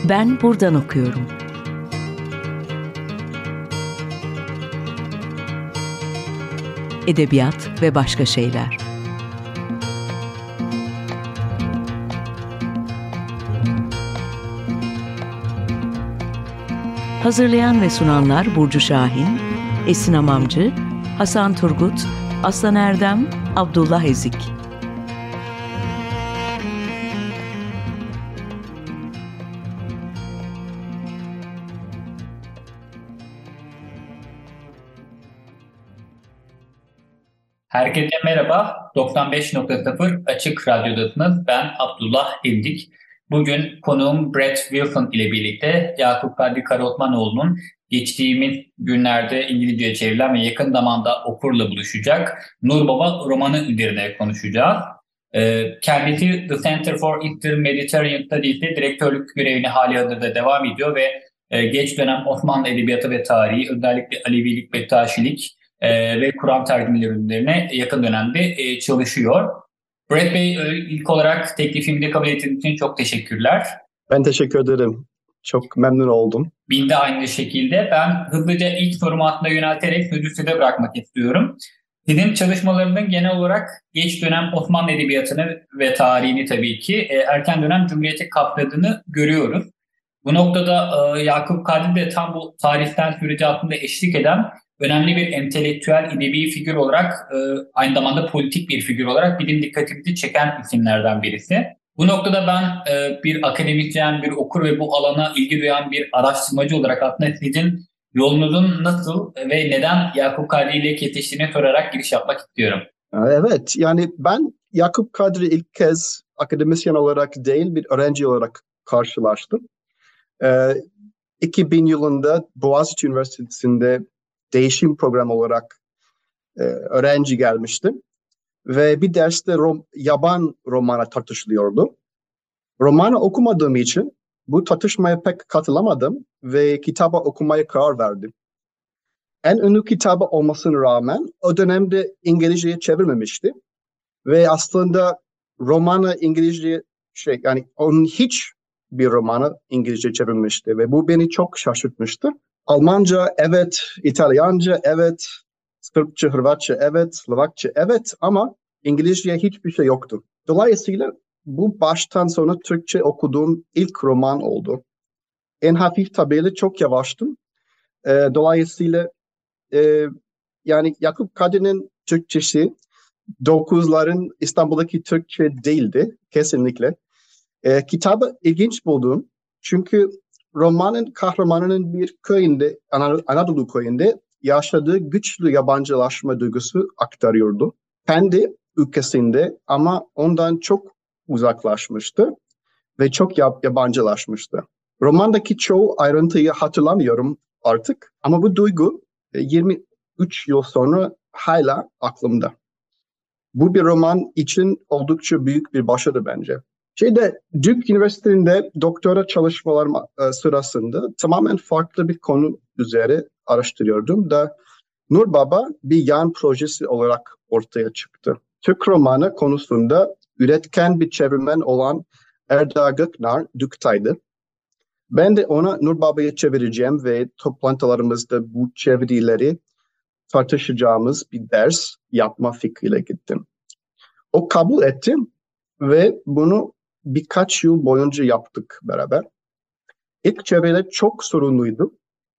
Ben buradan okuyorum. Edebiyat ve başka şeyler. Hazırlayan ve sunanlar Burcu Şahin, Esin Amamcı, Hasan Turgut, Aslan Erdem, Abdullah Ezik. Herkese merhaba. 95.0 Açık Radyo'dasınız. Ben Abdullah Ezik. Bugün konuğum Brett Wilson ile birlikte Yakup Kadri Karaosmanoğlu'nun geçtiğimiz günlerde İngilizce'ye çevrilen ve yakın zamanda okurla buluşacak Nur Baba romanı üzerine konuşacağız. Kendisi The Center for Eastern Mediterranean Studies'te direktörlük görevini halihazırda devam ediyor ve geç dönem Osmanlı Edebiyatı ve Tarihi, özellikle Alevilik, Bektaşilik ve Kur'an tercümeleri üzerine yakın dönemde çalışıyor. Brett Bey, ilk olarak teklifimi de kabul ettiğiniz için çok teşekkürler. Ben teşekkür ederim. Çok memnun oldum. Ben de aynı şekilde. Ben hızlıca ilk sorumu aslında yönelterek sözü size bırakmak istiyorum. Sizin çalışmalarının genel olarak geç dönem Osmanlı Edebiyatı'nı ve tarihini tabii ki erken dönem Cumhuriyet'i kapsadığını görüyoruz. Bu noktada Yakup Kadri de tam bu tarihsel süreci aslında eşlik eden önemli bir entelektüel, edebi figür olarak, aynı zamanda politik bir figür olarak bizim dikkatimizi çeken isimlerden birisi. Bu noktada ben bir akademisyen, bir okur ve bu alana ilgi duyan bir araştırmacı olarak aslında sizin yolunuzun nasıl ve neden Yakup Kadri ile kesiştiğini sorarak giriş yapmak istiyorum. Evet, yani ben Yakup Kadri ilk kez akademisyen olarak değil bir öğrenci olarak karşılaştım. 2000 yılında Boğaziçi Üniversitesi'nde değişim programı olarak öğrenci gelmiştim. Ve bir derste yaban romanı tartışılıyordu. Romanı okumadığım için bu tartışmaya pek katılamadım ve kitabı okumaya karar verdim. En ünlü kitabı olmasına rağmen o dönemde İngilizceye çevirmemişti. Ve aslında romanı İngilizceye yani onun hiç bir romanı İngilizce çevirmişti ve bu beni çok şaşırtmıştı. Almanca evet, İtalyanca evet, Sırpça, Hırvatça evet, Slovakça evet ama İngilizceye hiçbir şey yoktu. Dolayısıyla bu baştan sona Türkçe okuduğum ilk roman oldu. En hafif tabiyle çok yavaştım. Dolayısıyla yani Yakup Kadri'nin Türkçesi 9'ların İstanbul'daki Türkçe değildi kesinlikle. Kitabı ilginç buldum çünkü romanın kahramanının bir köyünde, Anadolu köyünde yaşadığı güçlü yabancılaşma duygusu aktarıyordu. Kendi ülkesinde ama ondan çok uzaklaşmıştı ve çok yabancılaşmıştı. Romandaki çoğu ayrıntıyı hatırlamıyorum artık ama bu duygu 23 yıl sonra hala aklımda. Bu bir roman için oldukça büyük bir başarı bence. Duke Üniversitesi'nde doktora çalışmalarım sırasında tamamen farklı bir konu üzere araştırıyordum da Nur Baba bir yan projesi olarak ortaya çıktı. Türk romanı konusunda üretken bir çevirmen olan Erdağ Göknar Duke'taydı. Ben de ona Nur Baba'yı çevireceğim ve toplantılarımızda bu çevirileri tartışacağımız bir ders yapma fikriyle gittim. O kabul etti ve bunu birkaç yıl boyunca yaptık beraber. İlk çevreler çok sorunluydu.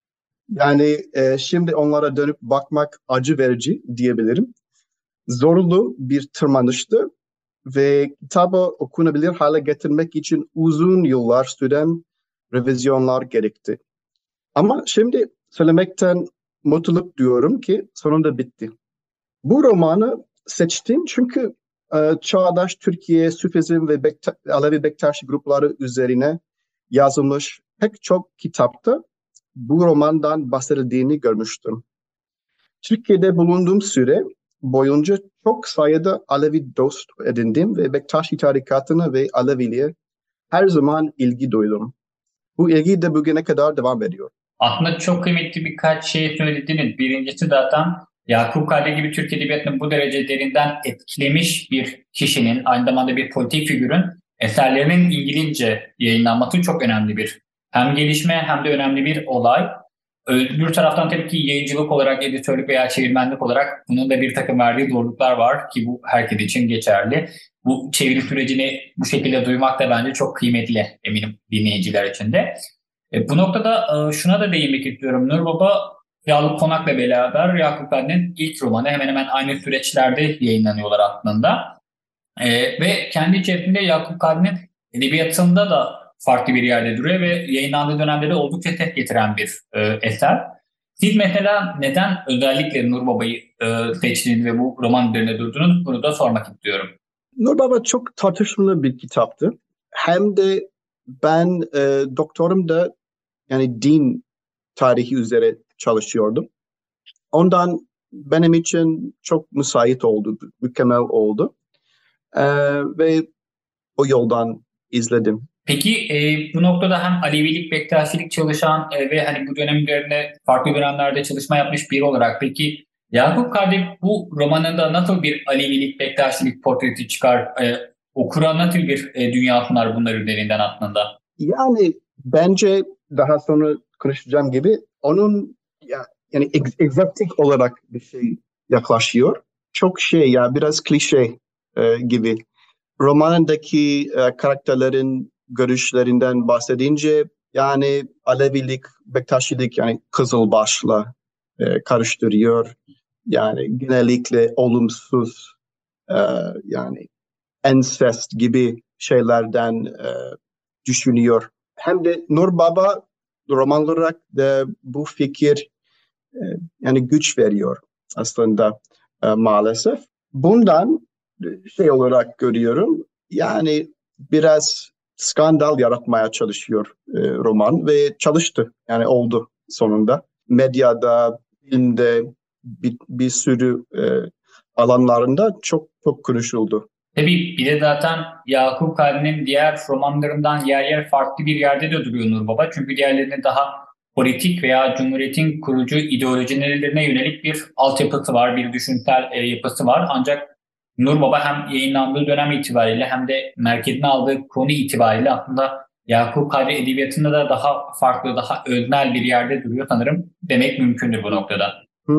Yani şimdi onlara dönüp bakmak acı verici diyebilirim. Zorlu bir tırmanıştı ve kitabı okunabilir hale getirmek için uzun yıllar süren revizyonlar gerekti. Ama şimdi söylemekten mutluluk duyuyorum ki sonunda bitti. Bu romanı seçtim çünkü çağdaş Türkiye, Sufizm ve Alevi Bektaşi grupları üzerine yazılmış pek çok kitapta bu romandan bahsedildiğini görmüştüm. Türkiye'de bulunduğum süre boyunca çok sayıda Alevi dost edindim ve Bektaşi tarikatına ve Aleviliğe her zaman ilgi duydum. Bu ilgi de bugüne kadar devam ediyor. Aslında çok kıymetli birkaç şey söylediniz. Birincisi zaten Yakup Kadri gibi Türk Edebiyatı'nı bu derece derinden etkilemiş bir kişinin, aynı zamanda bir politik figürün eserlerinin İngilizce yayınlanması çok önemli bir hem gelişme hem de önemli bir olay. Bir taraftan tabii ki yayıncılık olarak, editörlük veya çevirmenlik olarak bunun da bir takım verdiği zorluklar var ki bu herkes için geçerli. Bu çeviri sürecini bu şekilde duymak da bence çok kıymetli, eminim dinleyiciler için de. Bu noktada şuna da değinmek istiyorum. Nur Baba, Yağlı Konak'la beraber Yakup Kadri'nin ilk romanı hemen hemen aynı süreçlerde yayınlanıyorlar aslında. Ve kendi içerisinde Yakup Kadri'nin edebiyatında da farklı bir yerde duruyor ve yayınlandığı dönemde de oldukça ses getiren bir eser. Siz mesela neden özellikle Nur Baba'yı seçtiniz ve bu roman üzerine durdunuz? Bunu da sormak istiyorum. Nur Baba çok tartışmalı bir kitaptı. Hem de ben doktorumda yani din tarihi üzere çalışıyordum. Ondan benim için çok müsait oldu, mükemmel oldu. Ve o yoldan izledim. Peki bu noktada hem Alevilik, Bektaşilik çalışan ve hani bu dönem üzerinde farklı dönemlerde çalışma yapmış biri olarak peki Yakup Kadri bu romanında nasıl bir Alevilik, Bektaşilik portresi çıkar? Okura nasıl bir dünya sunar bunlar üzerinden aslında? Yani bence daha sonra konuşacağım gibi onun yani egzotik olarak bir şey yaklaşıyor. Çok biraz klişe gibi. Romanındaki karakterlerin görüşlerinden bahsedince yani Alevilik, Bektaşilik yani Kızılbaş'la karıştırıyor. Yani genellikle olumsuz yani ensest gibi şeylerden düşünüyor. Hem de Nur Baba roman olarak da bu fikir yani güç veriyor aslında maalesef. Bundan olarak görüyorum. Yani biraz skandal yaratmaya çalışıyor roman ve çalıştı. Yani oldu sonunda. Medyada, filmde bir sürü alanlarında çok çok konuşuldu. Tabii bir de zaten Yakup Kadri'nin diğer romanlarından yer yer farklı bir yerde de duruyor Nur Baba. Çünkü diğerlerinde daha politik veya Cumhuriyet'in kurucu ideolojilerine yönelik bir altyapısı var, bir düşünsel yapısı var. Ancak Nur Baba hem yayınlandığı dönem itibariyle hem de merkezine aldığı konu itibariyle aslında Yakup Kadri edebiyatında da daha farklı, daha öznel bir yerde duruyor sanırım demek mümkündür bu noktada.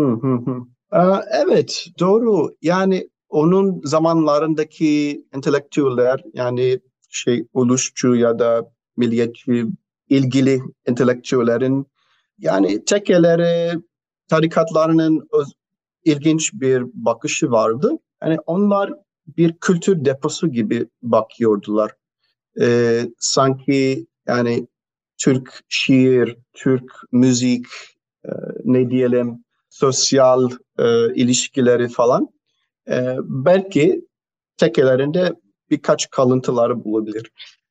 Evet, doğru. Yani onun zamanlarındaki entelektüeller yani ulusçu ya da milliyetçi ilgili entelektüellerin yani tekkelere tarikatlarının ilginç bir bakışı vardı. Yani onlar bir kültür deposu gibi bakıyordular. Sanki yani Türk şiir, Türk müzik, ne diyelim sosyal ilişkileri falan belki tekelerinde birkaç kalıntıları bulabilir.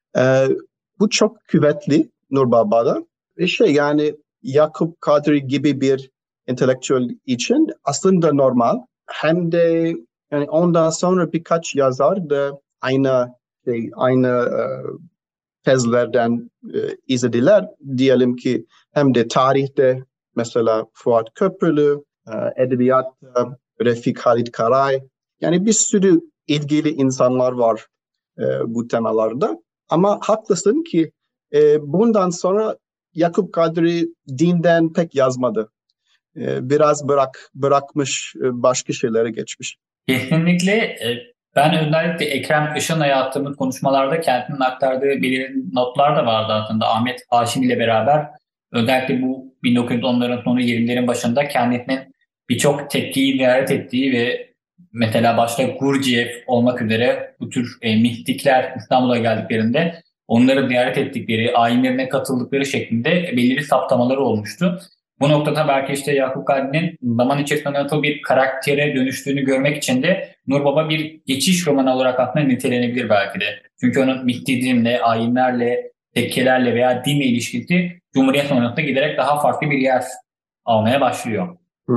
Bu çok kuvvetli Nur Baba'da. Ve yani Yakup Kadri gibi bir entelektüel için aslında normal. Hem de yani ondan sonra birkaç yazar da aynı tezlerden izlediler. Diyelim ki hem de tarihte mesela Fuat Köprülü, edebiyatta Refik Halit Karay. Yani bir sürü ilgili insanlar var bu temalarda. Ama haklısın ki bundan sonra Yakup Kadri dinden pek yazmadı. Biraz bırakmış, başka şeylere geçmiş. Kesinlikle. Ben özellikle Ekrem Işın'la yaptığımız konuşmalarda kendinin aktardığı belirli notlar da vardı aslında. Ahmet Haşim ile beraber özellikle bu 1910'ların sonu 20'lerin başında kendisinin birçok tekkeyi ziyaret ettiği ve mesela başta Gurdjieff olmak üzere bu tür mistikler İstanbul'a geldiklerinde onları ziyaret ettikleri, ayinlerine katıldıkları şeklinde belirli saptamaları olmuştu. Bu noktada belki işte Yakup Kadri'nin zaman içerisinde nasıl bir karaktere dönüştüğünü görmek için de Nur Baba bir geçiş romanı olarak aslında nitelenebilir belki de. Çünkü onun miktizmle, ayinlerle, tekkelerle veya dinle ilişkisi Cumhuriyet sonrasında giderek daha farklı bir yer almaya başlıyor.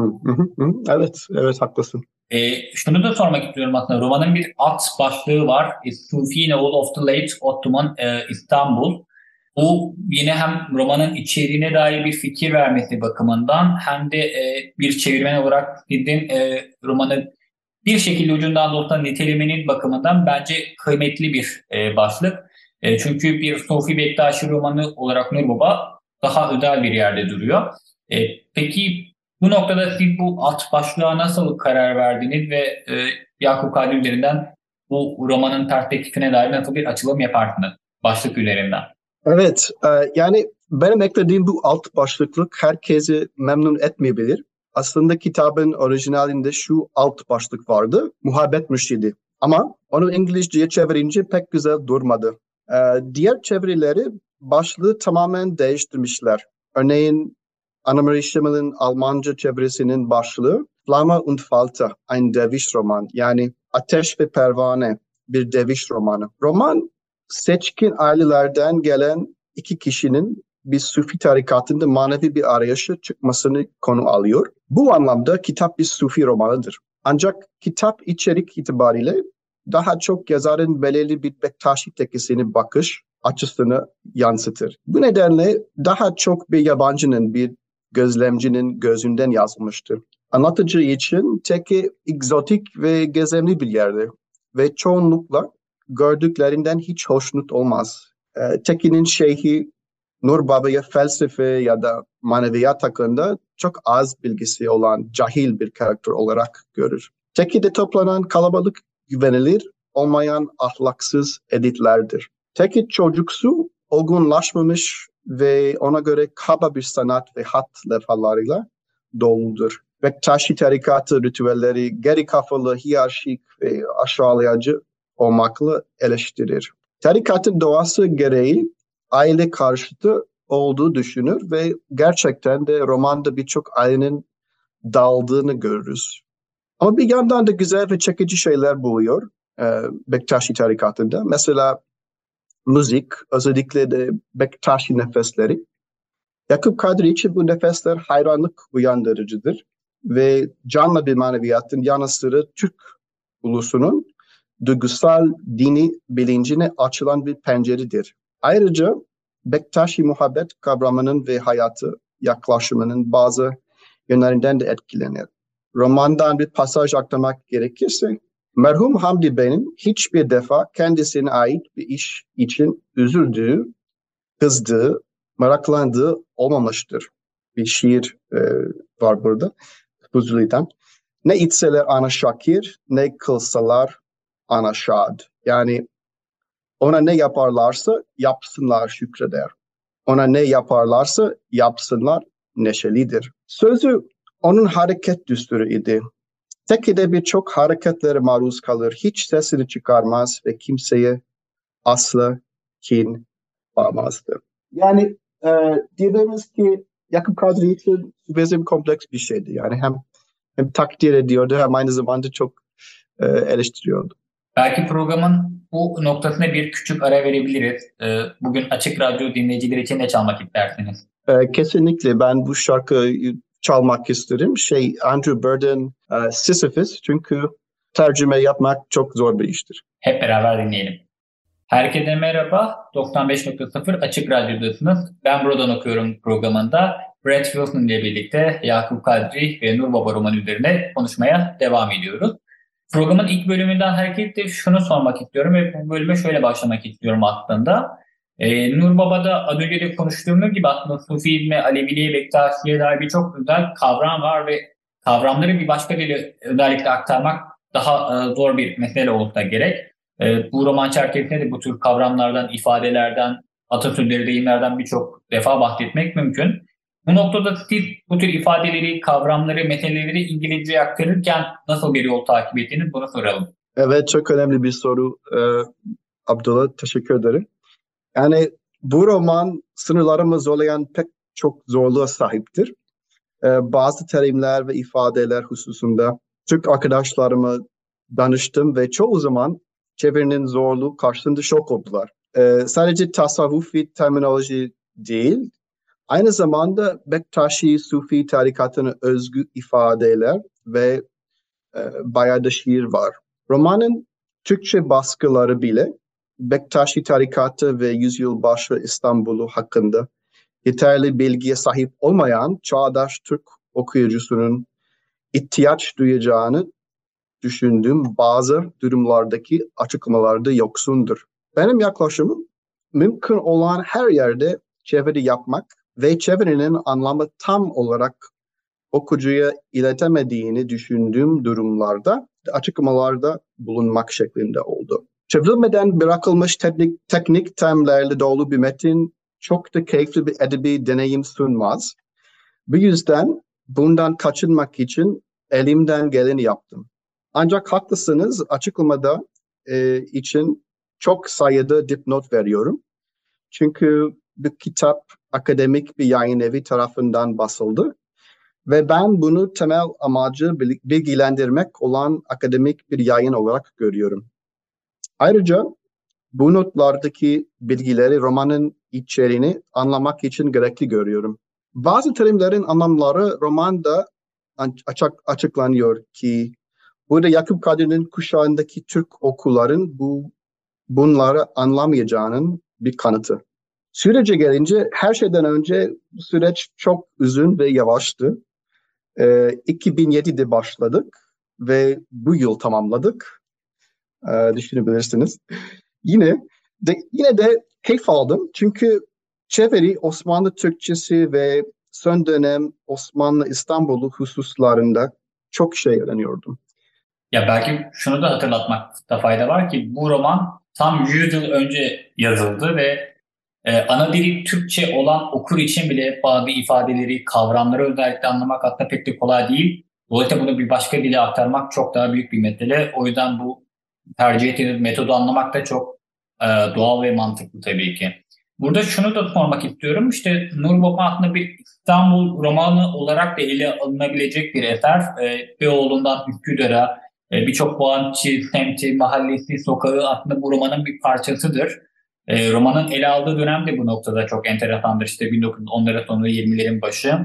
Evet haklısın. Şunu da sormak istiyorum aslında. Romanın bir alt başlığı var. Sufi Novel of the Late Ottoman İstanbul. Bu yine hem romanın içeriğine dair bir fikir vermesi bakımından hem de bir çevirmen olarak sizin romanı bir şekilde ucundan da olsa nitelemenin bakımından bence kıymetli bir başlık. Çünkü bir Sufi Bektaşi romanı olarak Nur Baba daha özel bir yerde duruyor. Peki bu noktada siz bu alt başlığa nasıl karar verdiniz ve Yakup Kadri üzerinden bu romanın perspektifine dair nasıl bir açılım yaparsınız başlık üzerinden? Evet, yani benim eklediğim bu alt başlıklık herkesi memnun etmeyebilir. Aslında kitabın orijinalinde şu alt başlık vardı, Muhabbet Mürşidi. Ama onu İngilizceye çevirince pek güzel durmadı. Diğer çevirileri başlığı tamamen değiştirmişler. Örneğin Annemarie Schimmel'in Almanca çevirisinin başlığı Flamme und Falter, ein Derviş-Roman. Yani Ateş ve Pervane, bir derviş romanı. Roman seçkin ailelerden gelen iki kişinin bir Sufi tarikatında manevi bir arayışa çıkmasını konu alıyor. Bu anlamda kitap bir Sufi romanıdır. Ancak kitap içerik itibariyle daha çok yazarın belirli bir Bektaşi tekisini bakış açısını yansıtır. Bu nedenle daha çok bir yabancının, bir gözlemcinin gözünden yazılmıştır. Anlatıcı için teki egzotik ve gizemli bir yerde ve çoğunlukla gördüklerinden hiç hoşnut olmaz. Teki'nin şeyhi Nur Baba'ya felsefe ya da maneviyat hakkında çok az bilgisi olan cahil bir karakter olarak görür. Teki'de toplanan kalabalık güvenilir olmayan ahlaksız editlerdir. Teki çocuksu, olgunlaşmamış ve ona göre kaba bir sanat ve hat levhalarıyla doludur. Bektaşi tarikatı ritüelleri geri kafalı, hiyerarşik ve aşağılayıcı olmakla eleştirir. Tarikatın doğası gereği aile karşıtı olduğu düşünür ve gerçekten de romanda birçok ailenin dağıldığını görürüz. Ama bir yandan da güzel ve çekici şeyler buluyor Bektaşi tarikatında. Mesela müzik, özellikle de Bektaşi nefesleri. Yakup Kadri için bu nefesler hayranlık uyandırıcıdır ve canlı bir maneviyatın yanı sıra Türk ulusunun duygusal dini bilincine açılan bir penceredir. Ayrıca Bektaşi muhabbet kavramının ve hayatı yaklaşımının bazı yönlerinden de etkilenir. Romandan bir pasaj aktarmak gerekirse, merhum Hamdi Bey'in hiçbir defa kendisine ait bir iş için üzüldüğü, kızdığı, meraklandığı olmamıştır. Bir şiir var burada, Fuzuli'den. Ne içseler ana şakir, ne kılsalar ana şad. Yani ona ne yaparlarsa yapsınlar şükreder. Ona ne yaparlarsa yapsınlar neşelidir. Sözü onun hareket düsturu idi. Teki'de birçok hareketlere maruz kalır. Hiç sesini çıkarmaz ve kimseye asla kin bağlamazdı. Yani diyebiliriz ki Yakup Kadri için bizim kompleks bir şeydi. Yani hem takdir ediyordu hem aynı zamanda çok eleştiriyordu. Belki programın bu noktasına bir küçük ara verebiliriz. Bugün Açık Radyo dinleyicileri için ne çalmak istersiniz? Kesinlikle ben bu şarkıyı çalmak isterim. Andrew Birden, Sisyphus, çünkü tercüme yapmak çok zor bir iştir. Hep beraber dinleyelim. Herkese merhaba. 95.0 Açık Radyo'dasınız. Ben buradan okuyorum programında. Brett Wilson ile birlikte Yakup Kadri ve Nur Baba romanı üzerine konuşmaya devam ediyoruz. Programın ilk bölümünden hareketle şunu sormak istiyorum ve bu bölüme şöyle başlamak istiyorum aslında. Nur Baba'da az önce de konuştuğumuz gibi aslında Sufizme, Aleviliğe, Bektaşi'ye dair birçok özel kavram var ve kavramları bir başka dile özellikle aktarmak daha zor bir mesele olsa gerek. Bu roman çerçevesinde de bu tür kavramlardan, ifadelerden, atasözleri, deyimlerden birçok defa bahsetmek mümkün. Bu noktada siz bu tür ifadeleri, kavramları, meseleleri İngilizceye aktarırken nasıl bir yol takip ettiğiniz bunu soralım. Evet, çok önemli bir soru Abdullah. Teşekkür ederim. Yani bu roman sınırlarımı zorlayan pek çok zorluğa sahiptir. Bazı terimler ve ifadeler hususunda Türk arkadaşlarıma danıştım ve çoğu zaman çevirinin zorluğu karşısında şok oldular. Sadece tasavvufi terminoloji değil, aynı zamanda Bektaşi Sufi tarikatına özgü ifadeler ve bayağı da şiir var. Romanın Türkçe baskıları bile Bektaşi tarikatı ve yüzyılbaşı İstanbul'u hakkında yeterli bilgiye sahip olmayan çağdaş Türk okuyucusunun ihtiyaç duyacağını düşündüğüm bazı durumlardaki açıklamalarda yoksundur. Benim yaklaşımım mümkün olan her yerde çeviri yapmak ve çevirinin anlamı tam olarak okuyucuya iletemediğini düşündüğüm durumlarda açıklamalarda bulunmak şeklinde oldu. Çevrilmeden bırakılmış teknik terimlerle dolu bir metin çok da keyifli bir edebi deneyim sunmaz. Bu yüzden bundan kaçınmak için elimden geleni yaptım. Ancak haklısınız, açıklamada için çok sayıda dipnot veriyorum. Çünkü bu kitap akademik bir yayın evi tarafından basıldı. Ve ben bunu temel amacı bilgilendirmek olan akademik bir yayın olarak görüyorum. Ayrıca bu notlardaki bilgileri romanın içeriğini anlamak için gerekli görüyorum. Bazı terimlerin anlamları romanda açıklanıyor ki burada Yakup Kadri'nin kuşağındaki Türk okulların bunları anlamayacağının bir kanıtı. Sürece gelince her şeyden önce bu süreç çok uzun ve yavaştı. 2007'de başladık ve bu yıl tamamladık. Düşünebilirsiniz. Yine de keyif aldım çünkü çeviri Osmanlı Türkçesi ve son dönem Osmanlı İstanbul'u hususlarında çok şey öğreniyordum. Ya belki şunu da hatırlatmakta fayda var ki bu roman tam 100 yıl önce yazıldı ve ana dili Türkçe olan okur için bile bazı ifadeleri, kavramları özellikle anlamak hatta pek de kolay değil. Dolayısıyla bunu bir başka dile aktarmak çok daha büyük bir mesele. O yüzden bu tercih ettiğiniz metodu anlamak da çok doğal ve mantıklı tabii ki. Burada şunu da sormak istiyorum. İşte Nur Baba adlı bir İstanbul romanı olarak da ele alınabilecek bir eser. Beyoğlu'ndan Üsküdar'a birçok bağımçı, semti, mahallesi, sokağı aslında bu romanın bir parçasıdır. Romanın ele aldığı dönem de bu noktada çok enteresandır. İşte 1910'ların sonu 20'lerin başı.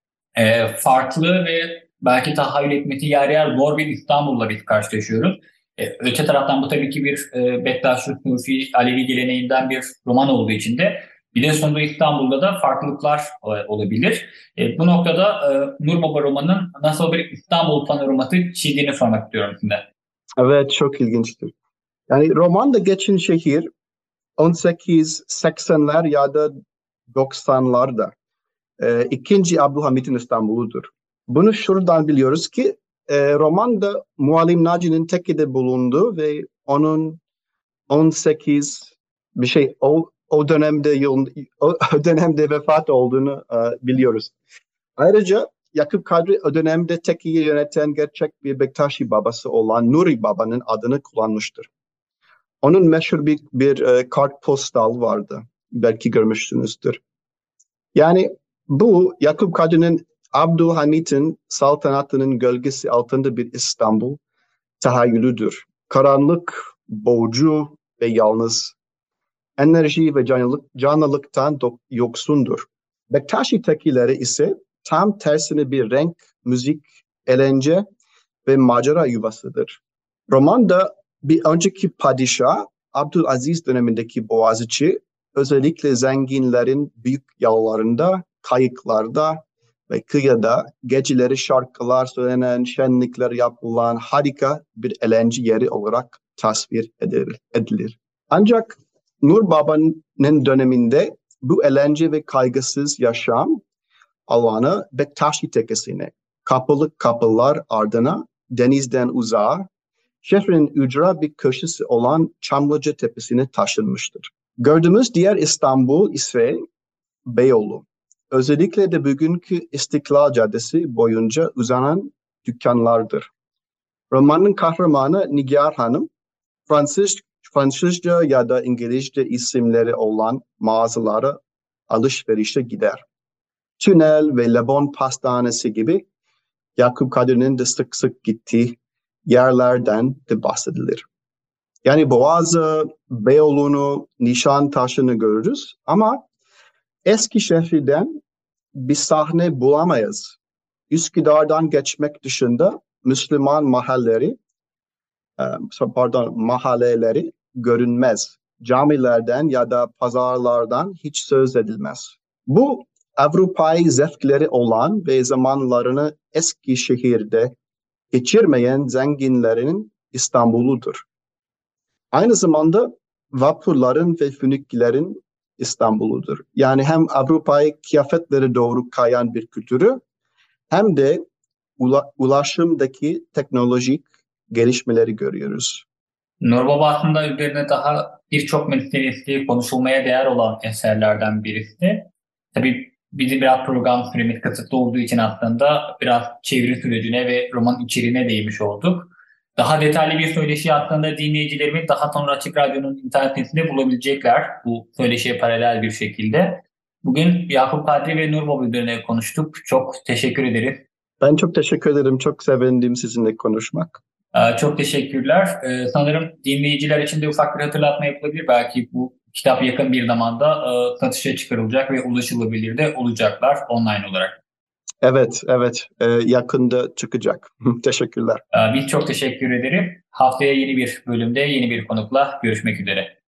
Farklı ve belki tahayyül etmesi yer yer zor bir İstanbul'la biz karşılaşıyoruz. Öte taraftan bu tabii ki bir Bektaşi, Sufi, Alevi geleneğinden bir roman olduğu için de bir de sonunda İstanbul'da da farklılıklar olabilir. Bu noktada Nur Baba romanının nasıl bir İstanbul panoraması çizdiğini sormak istiyorum şimdi. Evet, çok ilginçtir. Yani romanda geçen şehir 1880'ler ya da 90'larda İkinci Abdülhamit'in İstanbul'udur. Bunu şuradan biliyoruz ki romanda Muallim Naci'nin tekkede bulunduğu ve onun 18 bir şey o dönemde vefat olduğunu biliyoruz. Ayrıca Yakup Kadri o dönemde tekkeyi yöneten gerçek bir Bektaşi babası olan Nuri Baba'nın adını kullanmıştır. Onun meşhur bir kartpostal vardı. Belki görmüşsünüzdür. Yani bu Yakup Kadri'nin Abdülhamit'in saltanatının gölgesi altında bir İstanbul tahayyülüdür. Karanlık, boğucu ve yalnız. Enerji ve canlılıktan yoksundur. Bektaşi tekkileri ise tam tersine bir renk, müzik, eğlence ve macera yuvasıdır. Romanda bir önceki padişah Abdülaziz dönemindeki Boğaziçi özellikle zenginlerin büyük yollarında, kayıklarda ve kıyıda geceleri şarkılar söylenen, şenlikler yapılan harika bir eğlence yeri olarak tasvir edilir. Ancak Nur Baba'nın döneminde bu eğlence ve kaygısız yaşam alanı Bektaşi tekkesine, kapılar ardına, denizden uzağa, şehrin ücra bir köşesi olan Çamlıca Tepesi'ne taşınmıştır. Gördüğümüz diğer İstanbul ise Beyoğlu. Özellikle de bugünkü İstiklal Caddesi boyunca uzanan dükkanlardır. Romanın kahramanı Nigar Hanım, Fransızca ya da İngilizce isimleri olan mağazalara alışverişe gider. Tünel ve Le Bon Pastanesi gibi Yakup Kadri'nin de sık sık gittiği yerlerden de bahsedilir. Yani Boğazı, Beyoğlu'nu, Nişantaşı'nı görürüz ama Eskişehir'den bir sahne bulamayız. Üsküdar'dan geçmek dışında Müslüman mahalleleri görünmez. Camilerden ya da pazarlardan hiç söz edilmez. Bu Avrupa'yı zevkleri olan ve zamanlarını Eskişehir'de geçirmeyen zenginlerin İstanbul'udur. Aynı zamanda vapurların ve füniklerin İstanbul'udur. Yani hem Avrupa'yı kıyafetlere doğru kayan bir kültürü hem de ulaşımdaki teknolojik gelişmeleri görüyoruz. Nur Baba aslında üzerine daha birçok meselesi konuşulmaya değer olan eserlerden birisi. Tabii bizim biraz program süremiz kısıtlı olduğu için aslında biraz çeviri sürecine ve roman içeriğine değinmiş olduk. Daha detaylı bir söyleşi hakkında dinleyicilerimiz daha sonra Açık Radyo'nun internet sitesinde bulabilecekler bu söyleşiye paralel bir şekilde. Bugün Yakup Kadri ve Nur Baba üzerine konuştuk. Çok teşekkür ederiz. Ben çok teşekkür ederim. Çok sevindim sizinle konuşmak. Çok teşekkürler. Sanırım dinleyiciler için de ufak bir hatırlatma yapılabilir. Belki bu kitap yakın bir zamanda satışa çıkarılacak ve ulaşılabilir de olacaklar online olarak. Evet. Yakında çıkacak. Teşekkürler. Biz çok teşekkür ederim. Haftaya yeni bir bölümde yeni bir konukla görüşmek üzere.